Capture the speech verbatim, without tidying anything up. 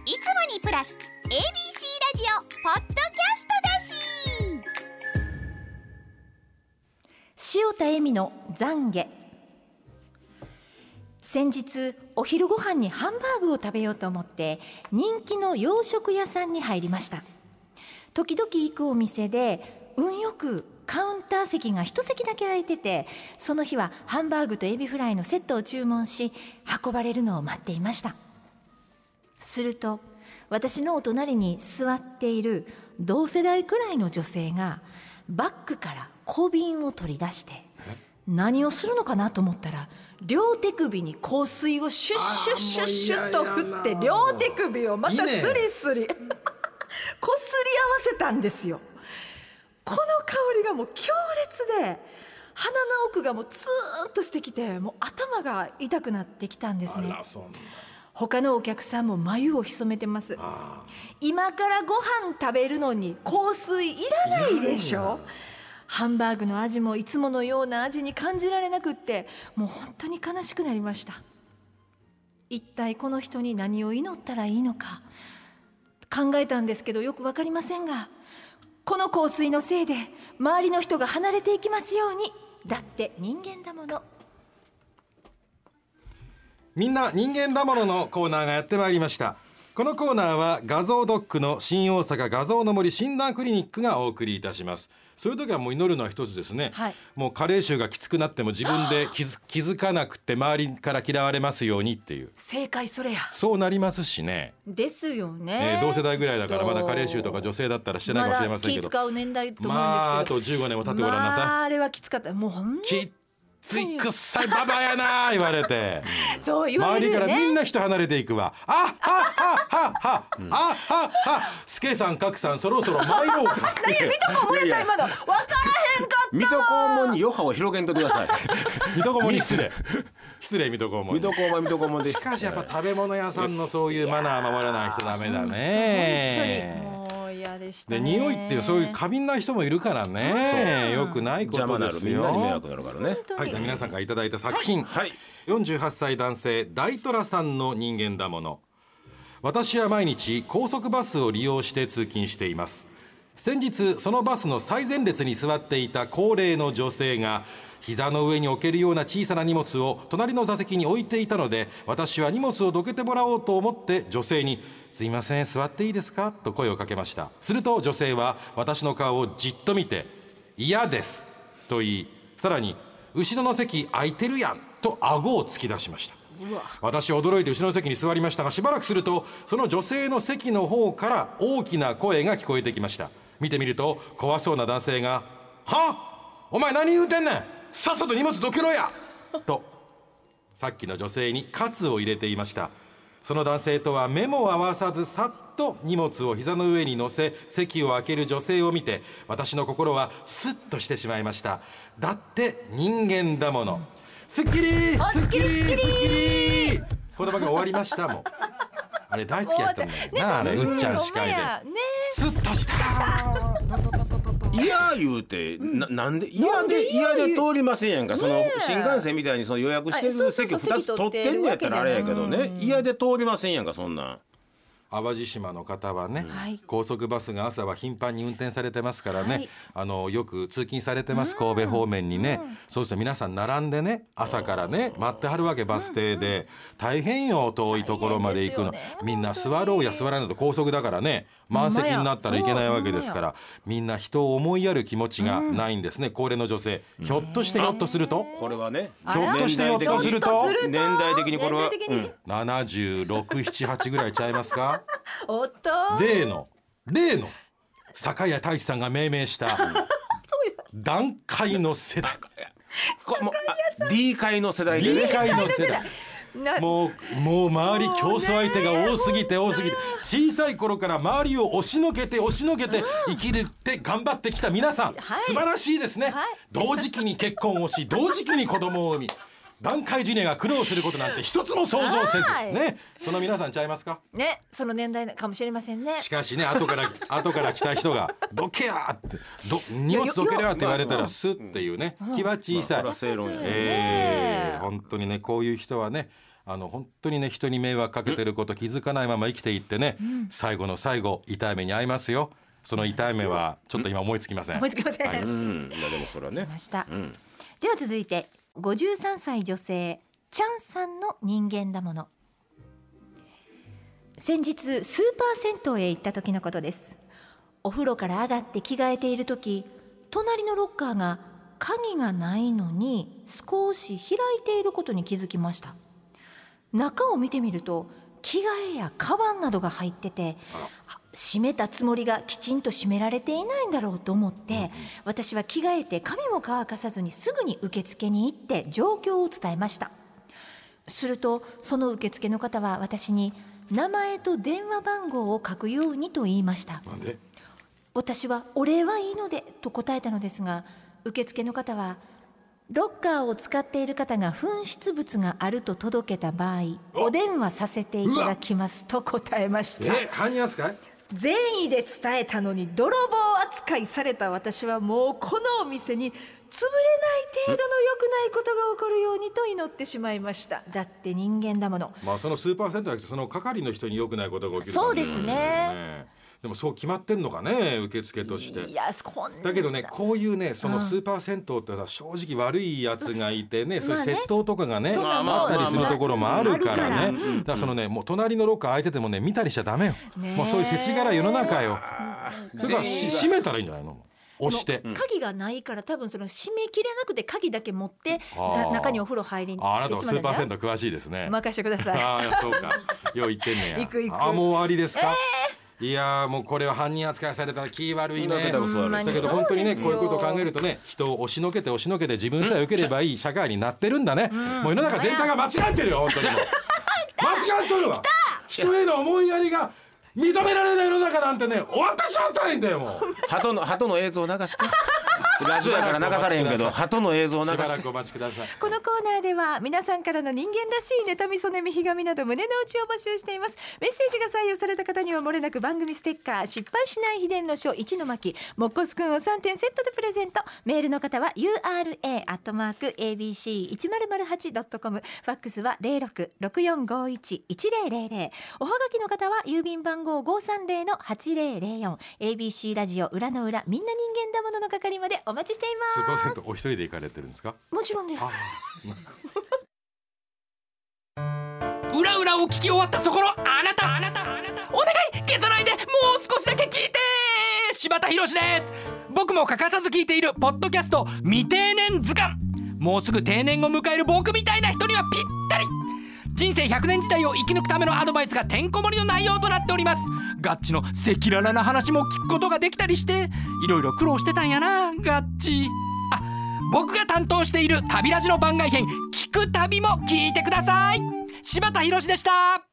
いつもにプラス エービーシー ラジオポッドキャストだし。 塩田恵美の懺悔。先日お昼ご飯にハンバーグを食べようと思って人気の洋食屋さんに入りました。時々行くお店で運よくカウンター席が一席だけ空いてて、その日はハンバーグとエビフライのセットを注文し運ばれるのを待っていました。すると私のお隣に座っている同世代くらいの女性がバッグから小瓶を取り出して何をするのかなと思ったら、両手首に香水をシュッシュッシュッシュッと振って両手首をまたスリスリこすり合わせたんですよ。この香りがもう強烈で鼻の奥がもうツーンとしてきて、もう頭が痛くなってきたんですね。 あら、そんな。 他のお客さんも眉を潜めてます。今からご飯食べるのに香水いらないでしょ。ハンバーグの味もいつものような味に感じられなくって、もう本当に悲しくなりました。一体この人に何を祈ったらいいのか考えたんですけどよくわかりませんが、この香水のせいで周りの人が離れていきますように。だって人間だもの。 みんな人間だもののコーナーがやってまいりました。このコーナーは画像ドックの新大阪画像の森診断クリニックがお送りいたします。そういう時はもう祈るのは一つですね、はい、もう加齢臭がきつくなっても自分で気づ、気づかなくて周りから嫌われますようにっていう。 正解それや。 そうなりますしね。 ですよね、 えー、同世代ぐらいだからまだ加齢臭とか女性だったらしてないかもしれませんけど、 まだ気使う年代と思うんですけど、 まああとじゅうごねんも経ってごらんなさい、 まあ、あれはきつかった。もうほんまきついくっさいババアやな言われてそう言われるよね。 周りからみんな人離れていくわ。あはははは、うん、あははスケさんカクさんそろそろ参ろうか何や水戸黄門やった今の分からへんかった水戸黄門に余波を広げんとってください水戸黄門に失礼失礼水戸黄門水戸黄門水戸黄門で。 しかしやっぱ食べ物屋さんのそういうマナー守らない人ダメだね。 でしたね。 で匂いってそういう過敏な人もいるからね、よくないことですよ。 邪魔なる、みんなに迷惑なるからね。 はい、皆さんからいただいた作品、はい、よんじゅうはっさい男性大虎さんの人間だもの。私は毎日高速バスを利用して通勤しています。先日そのバスの最前列に座っていた高齢の女性が膝の上に置けるような小さな荷物を隣の座席に置いていたので、私は荷物をどけてもらおうと思って女性にすいません座っていいですかと声をかけました。すると女性は私の顔をじっと見て嫌ですと言い、さらに後ろの席空いてるやんと顎を突き出しました。私は驚いて後ろの席に座りましたが、しばらくするとその女性の席の方から大きな声が聞こえてきました。見てみると怖そうな男性がはお前何言うてんねん、さっさと荷物どけろやとさっきの女性に喝を入れていました。その男性とは目も合わさずさっと荷物を膝の上に乗せ席を開ける女性を見て、私の心はスッとしてしまいました。だって人間だもの。スッキリスッキリスッキリこの番組終わりました。もうあれ大好きやったんだよな、あれうっちゃん司会でスッとしたいや言うて な, なんで嫌で嫌で通りませんやんか。その新幹線みたいにその予約してる席ふたつ取ってんのやったらあれやけどね、嫌で通りませんやんかそんなん。 淡路島の方はね、はい、高速バスが朝は頻繁に運転されてますからね、はい、あのよく通勤されてます、神戸方面にね、うん、そうですね、皆さん並んでね朝からね待ってはるわけ、バス停で、うんうん、大変よ遠いところまで行くの、ね、みんな座ろうや座らないと高速だからね満席になったらいけないわけですから、みんな人を思いやる気持ちがないんですね、うん、高齢の女性、ひょっとしてひょっとするとこれはねひょっとしてひょっとすると年代的にこれは、 うん、ななじゅうろく、ななじゅうはちぐらいちゃいますかおっと例の例の坂谷太一さんが命名した団塊の世代これもう D 階の世代でね D 階の世代もうもう周り競争相手が多すぎて多すぎて、小さい頃から周りを押しのけて押しのけて生きるって頑張ってきた皆さん、はい、素晴らしいですね、はい、同時期に結婚をし同時期に子供を産み団塊ジュニアが苦労することなんて一つも想像せず、ね、その皆さんちゃいますかね、その年代かもしれませんね。 しかしね後から後から来た人がどけやってど荷物どけやって言われたらスッっていうね、気は小さい、 正論やね、 えー、本当にねこういう人はねあの本当にね人に迷惑かけてること気づかないまま生きていってね、うん、最後の最後痛い目に遭いますよ。その痛い目はちょっと今思いつきません。 思いつきません、はい、 うん、まあでもそれはねました、うん、では続いてごじゅうさんさい女性チャンさんの人間だもの。先日スーパー銭湯へ行った時のことです。お風呂から上がって着替えている時、隣のロッカーが鍵がないのに少し開いていることに気づきました。中を見てみると着替えやカバンなどが入ってて、閉めたつもりがきちんと閉められていないんだろうと思って、うんうん、私は着替えて髪も乾かさずにすぐに受付に行って状況を伝えました。するとその受付の方は私に名前と電話番号を書くようにと言いました。 なんで？ 私はお礼はいいのでと答えたのですが、受付の方はロッカーを使っている方が紛失物があると届けた場合お電話させていただきますと答えました。 え、犯人扱い？ 善意で伝えたのに泥棒扱いされた私はもうこのお店に潰れない程度の良くないことが起こるようにと祈ってしまいました。だって人間だもの。 まあそのスーパー銭湯じゃなくてその係の人に良くないことが起きるかそうですね、 ね。でもそう決まってんのかね、受付として。 いやこんなだけどね、こういうねそのスーパー銭湯ってのは正直悪いやつがいてね、うん、そういう窃盗とかがね、まあね、あったりするところもあるからね、だからそのねもう隣のロッカー開いててもね見たりしちゃダメよ、ね、もうそういう世知辛い世の中よ。それから閉めたらいいんじゃないの？押して、 鍵がないから多分その閉めきれなくて鍵だけ持って中にお風呂入りに行ってしまったんだよ。あなたはスーパー銭湯詳しいですね。 任せてください。 あそうか、よう言ってんねや。 行く行く。 あもう終わりですか？えー、いやもうこれは犯人扱いされたら気悪いね。だけど本当にねこういうことを考えるとね、人を押しのけて押しのけて自分さえ受ければいい社会になってるんだね。もう世の中全体が間違ってるよ本当に。間違っとるわ。人への思いやりが認められない世の中なんてね終わってしまったらいいんだよ。もう鳩の鳩の映像を流してラジオやから流されへんけど鳩の映像を流してしばらくお待ちください。 このコーナーでは皆さんからの人間らしい妬み、そねみ、ひがみなど胸の内を募集しています。メッセージが採用された方にはもれなく番組ステッカー、失敗しない秘伝の書一の巻、もっこすくんをさんてんセットでプレゼント。メールの方は ユーアールエー アットマーク エービーシーいちまるまるはち ドットコム、 ファックスは ゼロろく ろくよんごいち いちゼロゼロゼロ、 おはがきの方は郵便番号 ごーさんゼロのはちゼロゼロよん、 エービーシー ラジオ裏の裏みんな人間だものの係までお待ちしています。 スーパー銭湯お一人で行かれてるんですか？ もちろんです。 裏裏を聞き終わったそこのあなた、あなた、あなた、お願い消さないで、もう少しだけ聞いて。柴田博です。僕も欠かさず聞いているポッドキャスト未定年図鑑。もうすぐ定年を迎える僕みたいな人にはぴったり。人生ひゃくねん時代を生き抜くためのアドバイスがてんこ盛りの内容となっております。ガッチの赤裸々な話も聞くことができたりして、いろいろ苦労してたんやなガッチ。あ、僕が担当している旅ラジの番外編聞く旅も聞いてください。柴田博でした。